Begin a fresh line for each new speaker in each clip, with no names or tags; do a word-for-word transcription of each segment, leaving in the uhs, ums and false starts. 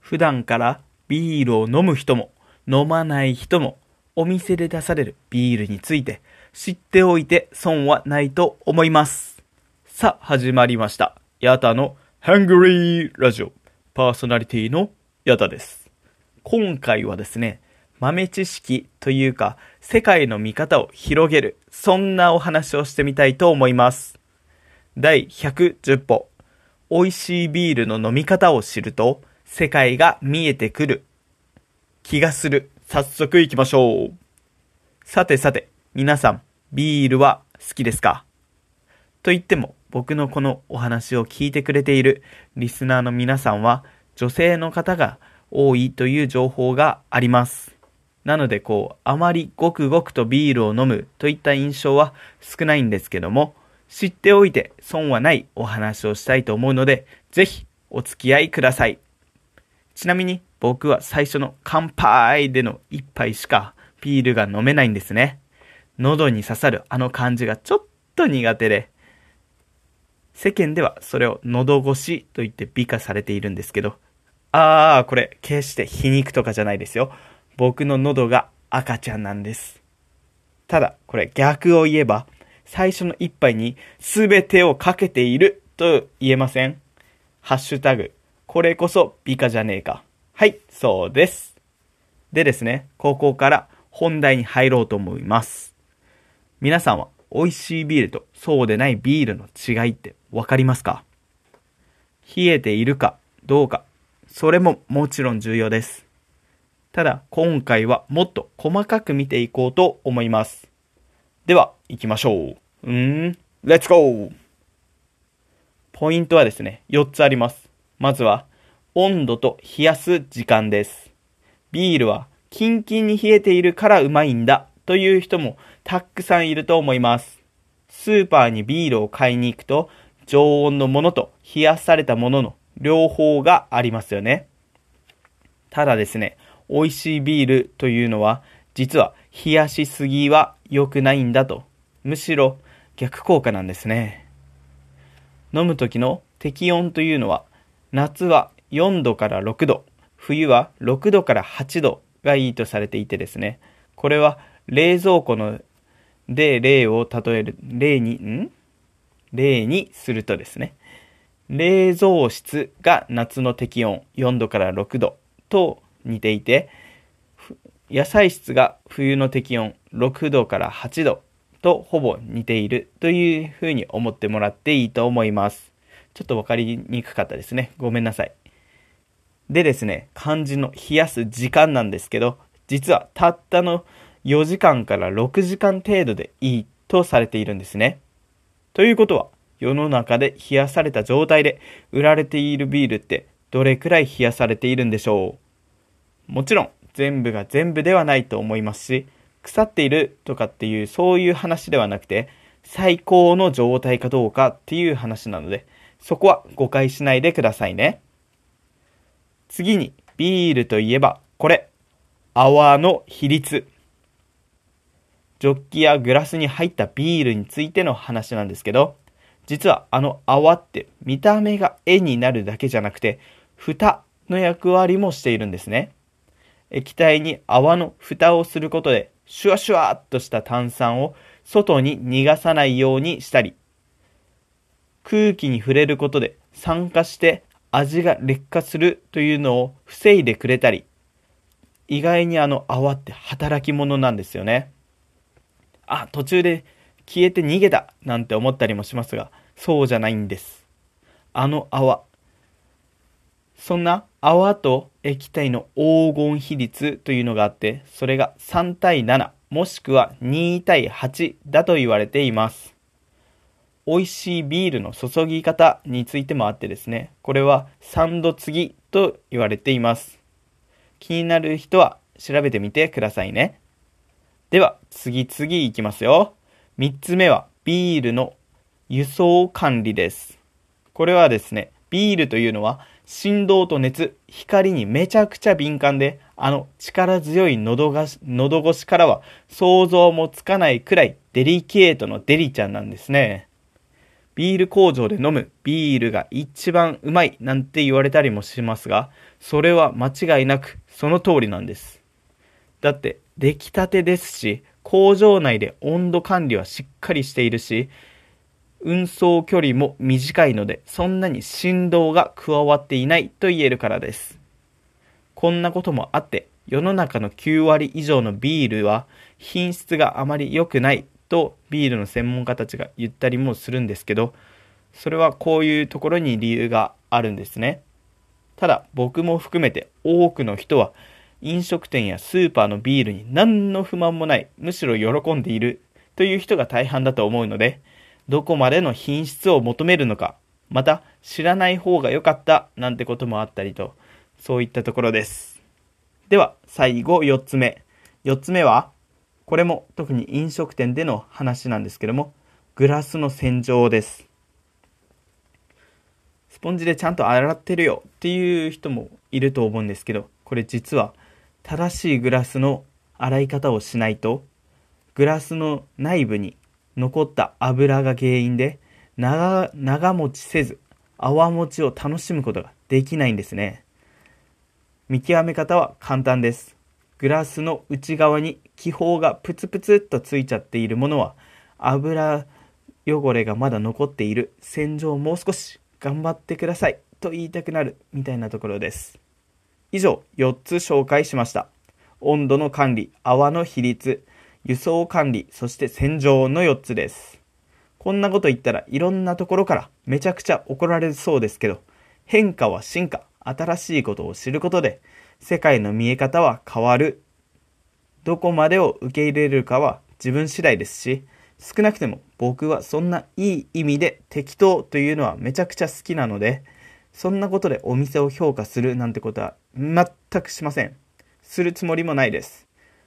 普段からビールを飲む人も飲まない人もお店で出されるビールについて知っておいて損はないと思います。さあ始まりました。ヤタのハングリーラジオ、パーソナリティのヤタです。今回はですね、豆知識というか世界の見方を広げる、そんなお話をしてみたいと思います。だいひゃくじゅっぽ、美味しいビールの飲み方を知ると世界が見えてくる気がする。早速行きましょう。さてさて、皆さんビールは好きですか？と言っても、僕のこのお話を聞いてくれているリスナーの皆さんは女性の方が多いという情報があります。なのでこうあまりごくごくとビールを飲むといった印象は少ないんですけども、知っておいて損はないお話をしたいと思うので、ぜひお付き合いください。ちなみに僕は最初の乾杯での一杯しかビールが飲めないんですね。喉に刺さるあの感じがちょっと苦手で、世間ではそれを喉越しと言って美化されているんですけど、あーこれ決して皮肉とかじゃないですよ。僕の喉が赤ちゃんなんです。ただこれ逆を言えば、最初の一杯に全てをかけていると言えません？ハッシュタグこれこそ美化じゃねえか。はい、そうです。でですね、ここから本題に入ろうと思います。皆さんは美味しいビールとそうでないビールの違いってわかりますか？冷えているかどうか、それももちろん重要です。ただ今回はもっと細かく見ていこうと思います。では行きましょう。うーん、レッツゴー。ポイントはですね、よっつあります。まずは温度と冷やす時間です。ビールはキンキンに冷えているからうまいんだという人もたくさんいると思います。スーパーにビールを買いに行くと、常温のものと冷やされたものの両方がありますよね。ただですね、美味しいビールというのは実は冷やしすぎは良くないんだと、むしろ逆効果なんですね。飲む時の適温というのは、夏はよんどからろくど、冬はろくどからはちどがいいとされていてですね、これは冷蔵庫ので例を例える例にん例にするとですね、冷蔵室が夏の適温よんどからろくどと似ていて、野菜室が冬の適温ろくどからはちどとほぼ似ているというふうに思ってもらっていいと思います。ちょっと分かりにくかったですね。ごめんなさい。でですね、漢字の冷やす時間なんですけど、実はたったのよじかんからろくじかん程度でいいとされているんですね。ということは、世の中で冷やされた状態で売られているビールってどれくらい冷やされているんでしょう？もちろん全部が全部ではないと思いますし、腐っているとかっていうそういう話ではなくて、最高の状態かどうかっていう話なので、そこは誤解しないでくださいね。次にビールといえばこれ、泡の比率。ジョッキやグラスに入ったビールについての話なんですけど、実はあの泡って見た目が絵になるだけじゃなくて、蓋の役割もしているんですね。液体に泡の蓋をすることで、シュワシュワっとした炭酸を外に逃がさないようにしたり、空気に触れることで酸化して味が劣化するというのを防いでくれたり、意外にあの泡って働き者なんですよね。あ、途中で消えて逃げたなんて思ったりもしますが、そうじゃないんです。あの泡、そんな泡と液体の黄金比率というのがあって、それがさんたいななもしくはにたいはちだと言われています。美味しいビールの注ぎ方についてもあってですね、これはさんど継ぎと言われています。気になる人は調べてみてくださいね。では次々いきますよ。みっつめはビールの輸送管理です。これはですね、ビールというのは振動と熱、光にめちゃくちゃ敏感で、あの力強い喉が喉越しからは想像もつかないくらいデリケートのデリちゃんなんですね。 ビール工場で飲むビールが一番うまいなんて言われたりもしますが、それは間違いなくその通りなんです。だって出来たてですし、工場内で温度管理はしっかりしているし、運送距離も短いので、そんなに振動が加わっていないと言えるからです。こんなこともあって、世の中のきゅうわり以上のビールは品質があまり良くないとビールの専門家たちが言ったりもするんですけど、それはこういうところに理由があるんですね。ただ僕も含めて多くの人は飲食店やスーパーのビールに何の不満もない、むしろ喜んでいるという人が大半だと思うので、どこまでの品質を求めるのか、また知らない方が良かったなんてこともあったりと、そういったところです。では最後よっつめ。よっつめは、これも特に飲食店での話なんですけども、グラスの洗浄です。スポンジでちゃんと洗ってるよっていう人もいると思うんですけど、これ実は正しいグラスの洗い方をしないと、グラスの内部に残った油が原因で長、長持ちせず泡持ちを楽しむことができないんですね。見極め方は簡単です。グラスの内側に気泡がプツプツっとついちゃっているものは、油汚れがまだ残っている、洗浄をもう少し頑張ってくださいと言いたくなるみたいなところです。以上よっつ紹介しました。温度の管理、泡の比率、輸送管理、そして洗浄のよっつです。こんなこと言ったらいろんなところからめちゃくちゃ怒られそうですけど、変化は進化、新しいことを知ることで世界の見え方は変わる。どこまでを受け入れるかは自分次第ですし、少なくても僕はそんないい意味で適当というのはめちゃくちゃ好きなので、そんなことでお店を評価するなんてことは全くしません。するつもりもないです。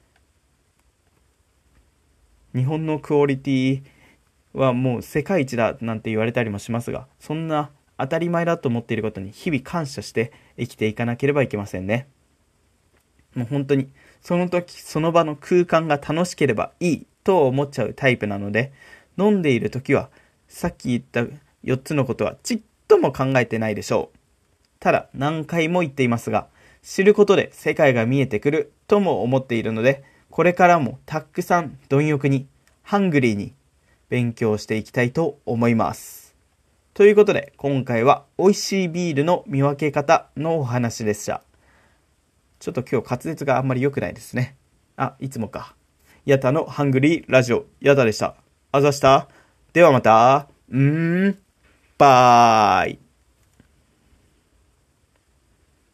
日本のクオリティはもう世界一だなんて言われたりもしますが、そんな当たり前だと思っていることに日々感謝して生きていかなければいけませんね。もう本当にその時その場の空間が楽しければいいと思っちゃうタイプなので、飲んでいる時はさっき言ったよっつのことはちっとも考えてないでしょう。ただ何回も言っていますが、知ることで世界が見えてくるとも思っているので、これからもたくさん貪欲にハングリーに勉強していきたいと思います。ということで今回は美味しいビールの見分け方のお話でした。ちょっと今日滑舌があんまり良くないですね。あ、いつもか。ヤタのハングリーラジオ、ヤタでした。あざした。ではまた。うーん。バーイ。